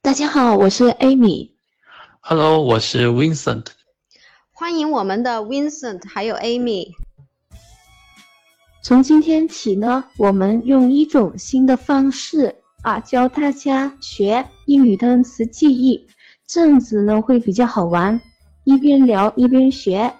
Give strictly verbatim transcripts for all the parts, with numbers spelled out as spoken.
大家好，我是 Amy。 Hello，我是 Vincent。 欢迎我们的 Vincent 还有 Amy。 从今天起呢，我们用一种新的方式啊，教大家学英语单词记忆，这样子呢会比较好玩，一边聊一边学。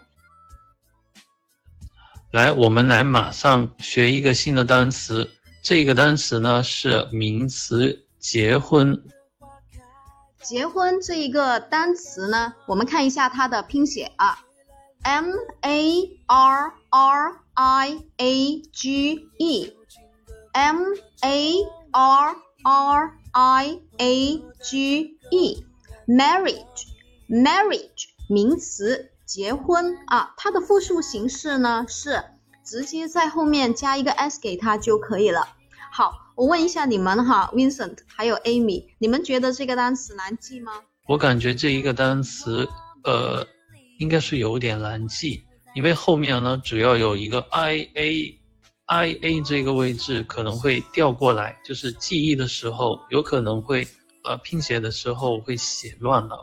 来，我们来马上学一个新的单词。这个单词呢是名词结婚。 结婚这一个单词呢，我们看一下它的拼写啊 ，M A R R I A G E，M A R R I A G E，marriage，marriage 名词结婚啊，它的复数形式呢是直接在后面加一个 s 给它就可以了。好，我问一下你们哈 ，Vincent 还有 Amy， 你们觉得这个单词难记吗？ 我感觉这一个单词，呃，应该是有点难记，因为后面呢只要有一个 I A，I A 这个位置可能会调过来，就是记忆的时候有可能会，呃，拼写的时候会写乱了。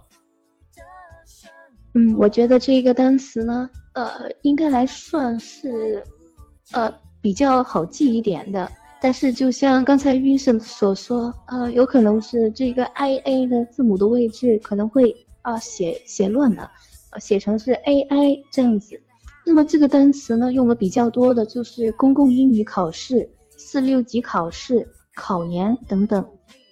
嗯，我觉得这个单词呢，呃，应该来算是，呃，比较好记一点的。但是就像刚才 Vincent 所说，呃，有可能是这个 I A 的字母的位置可能会啊、呃、写写乱了，呃，写成是 A I 这样子。那么这个单词呢，用的比较多的就是公共英语考试、四六级考试、考研等等。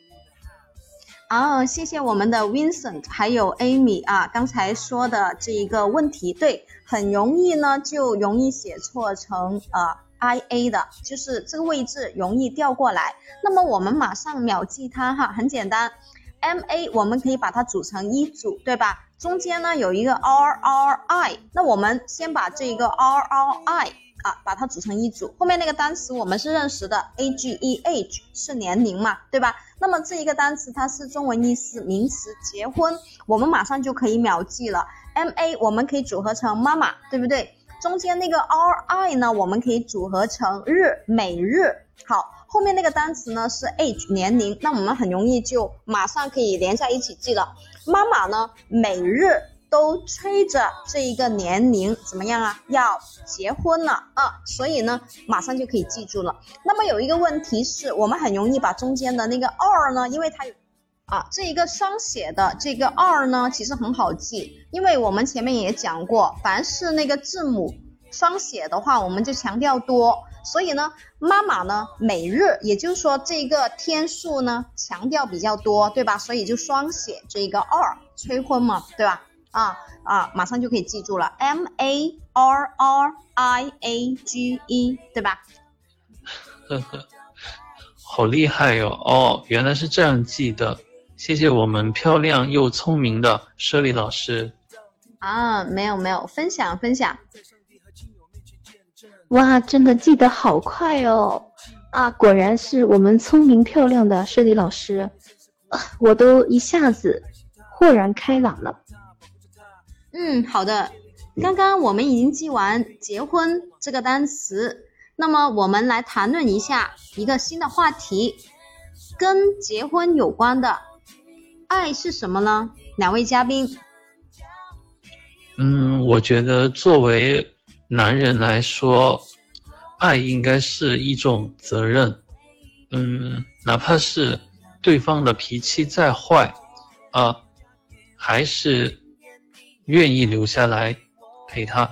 哦，谢谢我们的 Vincent 还有 Amy 啊，刚才说的这一个问题，对，很容易呢就容易写错成呃。I A 的就是这个位置容易调过来，那么我们马上秒记它哈，很简单 M A 我们可以把它组成一组，对吧？中间呢有一个 R R I， 那我们先把这个 R R I 啊把它组成一组，后面那个单词我们是认识的 A G E Age 是年龄嘛，对吧？那么这一个单词它是中文意思名词结婚，我们马上就可以秒记了。 M A 我们可以组合成妈妈，对不对？中间那个 R I 呢，我们可以组合成日，每日。好，后面那个单词呢是 age 年龄，那我们很容易就马上可以连在一起记了。妈妈呢，每日都催着这一个年龄怎么样啊？要结婚了啊，所以呢，马上就可以记住了。那么有一个问题是，我们很容易把中间的那个 R 呢，因为它有啊，这一个双写的这个 R 呢，其实很好记，因为我们前面也讲过，凡是那个字母双写的话，我们就强调多，所以呢，妈妈呢每日，也就是说这个天数呢强调比较多，对吧？所以就双写这一个 R， 催婚嘛，对吧？啊啊，马上就可以记住了 ，M A R R I A G E， 对吧？ 呵呵，好厉害哟！哦，原来是这样记的。谢谢我们漂亮又聪明的舍利老师。 啊，没有没有，分享分享。 哇，真的记得好快哦！啊，果然是我们聪明漂亮的舍利老师，啊，我都一下子豁然开朗了。 嗯，好的。刚刚我们已经记完结婚这个单词，那么我们来谈论一下一个新的话题，跟结婚有关的。爱是什么呢？两位嘉宾。 嗯，我觉得作为男人来说，爱应该是一种责任。嗯，哪怕是对方的脾气再坏，啊，还是愿意留下来陪他。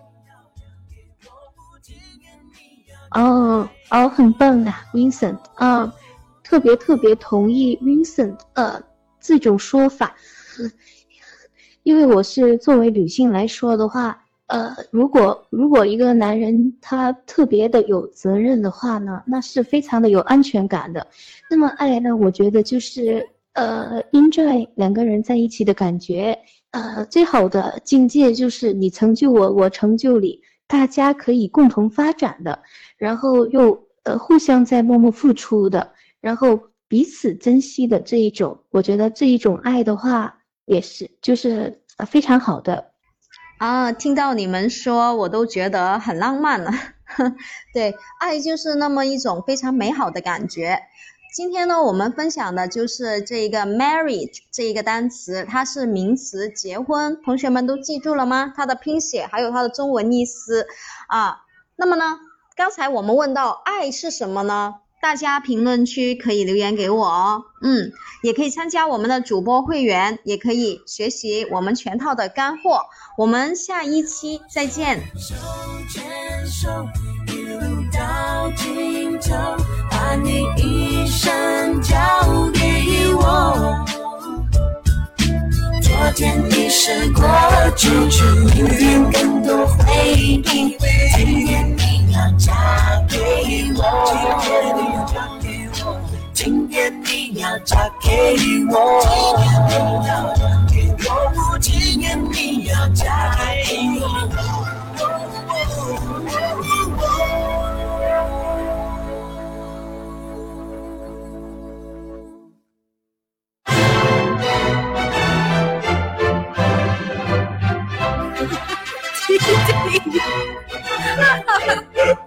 哦哦，很棒啊 ，Vincent 啊，特别特别同意 Vincent 呃这种说法，因为我是作为女性来说的话，呃，如果如果一个男人他特别的有责任的话呢，那是非常的有安全感的。那么爱呢，我觉得就是呃 enjoy 两个人在一起的感觉，呃，最好的境界就是你成就我，我成就你，大家可以共同发展的，然后又呃互相在默默付出的，然后彼此珍惜的这一种，我觉得这一种爱的话也是就是呃非常好的。 啊，听到你们说，我都觉得很浪漫了。对，爱就是那么一种非常美好的感觉。 今天呢，我们分享的就是这个 marriage 这一个单词，它是名词，结婚。同学们都记住了吗？它的拼写还有它的中文意思啊。那么呢，刚才我们问到爱是什么呢？大家评论区可以留言给我哦。嗯，也可以参加我们的主播会员，也可以学习我们全套的干货。我们下一期再见。 手牵手一路到尽头，把你一生交给我。昨天已是过去，明天更多回忆，今天你要嫁给我，今天你要嫁给我，今天你要嫁给我。哈哈哈。